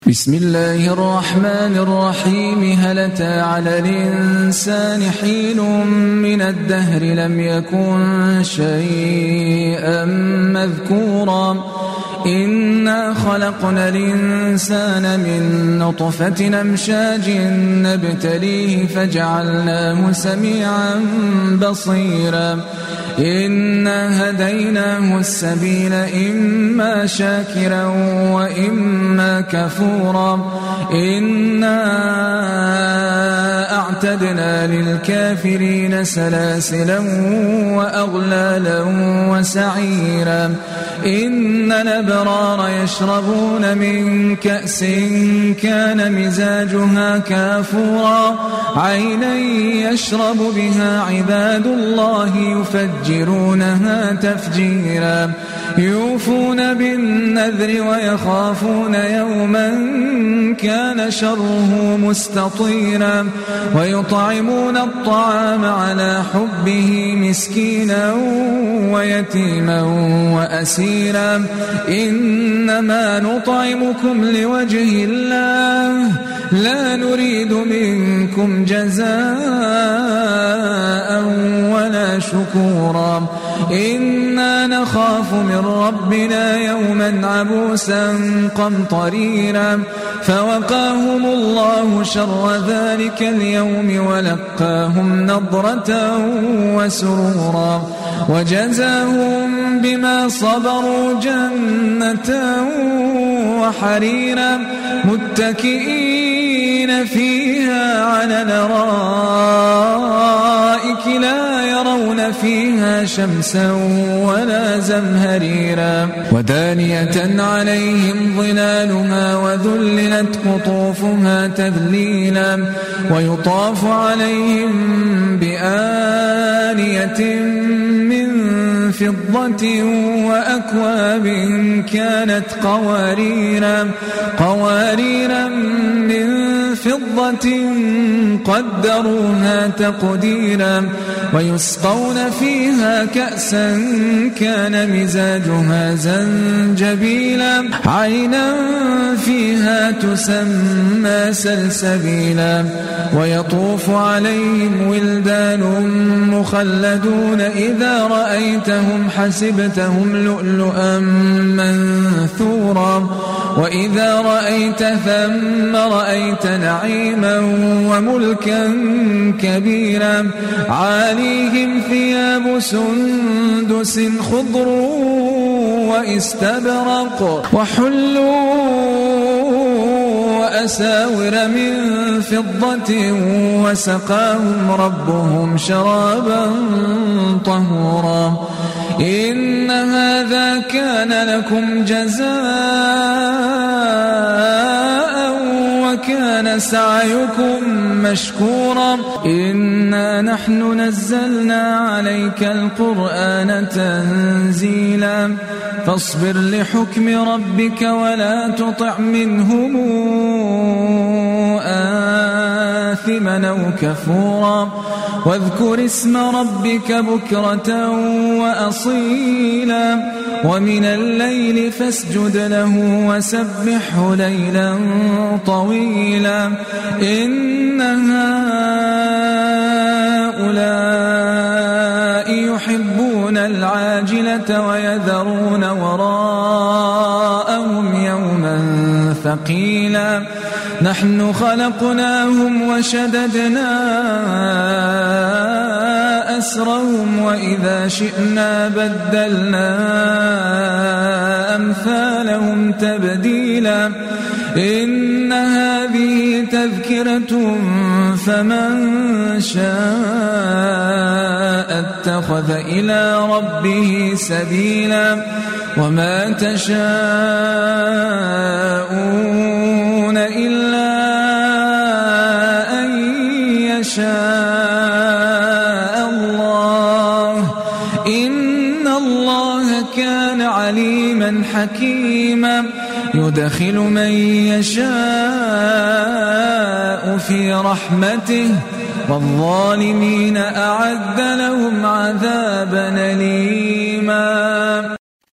بسم الله الرحمن الرحيم. هل أتى على الإنسان حين من الدهر لم يكن شيئا مذكورا إنا خلقنا الإنسان من نطفة أمشاج نبتليه فجعلناه سميعا بصيرا إنا هديناه السبيل إما شاكرا وإما كفورا إنا أعتدنا للكافرين سلاسلا وأغلالا وسعيرا إن الأبرار يشربون من كأس كان مزاجها كافورا عينا يشرب بها عباد الله يفجرونها تفجيرا يوفون بالنذر ويخافون يوما كان شره مستطيرا ويطعمون الطعام على حبه مسكينا ويتيما وأسيرا إنما نطعمكم لوجه الله لا نريد منكم جزاء ولا شكورا إنا نخاف من ربنا يوما عبوسا قمطريرا فوقاهم الله شر ذلك اليوم ولقاهم نضرة وسرورا وجزاهم بما صبروا جنة وحريرا متكئين فيها على الأرائك لا يرون فيها شمسا ولا زمهريرا ودانية عليهم ظلالها وذللت قطوفها تذليلا ويطاف عليهم بآنية من فضة وأكواب كانت قواريرا من فضة قدروها تقديرا ويسقون فيها كأسا كان مزاجها زنجبيلا عينا فيها تسمى سلسبيلا ويطوف عليهم ولدان مخلدون إذا رأيتهم حسبتهم لؤلؤا منثورا وإذا رأيت ثم رأيت نعيما وملكا كبيرا عاليهم ثياب سندس خضر واستبرق وحلوا أساور من فضة وسقاهم ربهم شرابا طهورا إن هذا كان لكم جزاء وكان سعيكم مشكورا إنا نحن نزلنا عليك القرآن تنزيلا فاصبر لحكم ربك ولا تطع منهم آثما أو كفورا واذكر اسم ربك بكرة وأصيلا ومن الليل فاسجد له وسبحه ليلا طويلا إن هؤلاء يحبون العاجلة ويذرون وراءهم يوما ثقيلا نحن خلقناهم وشددنا أسرهم وإذا شئنا بدلنا أمثالهم تبديلا إن هذه تذكرة فمن شاء اتخذ إلى ربه سبيلا وما تشاءون إلا أن يشاء الله إن الله كان عليما حكيما يدخل من يشاء في رحمته والظالمين أعد لهم عذابا أليما.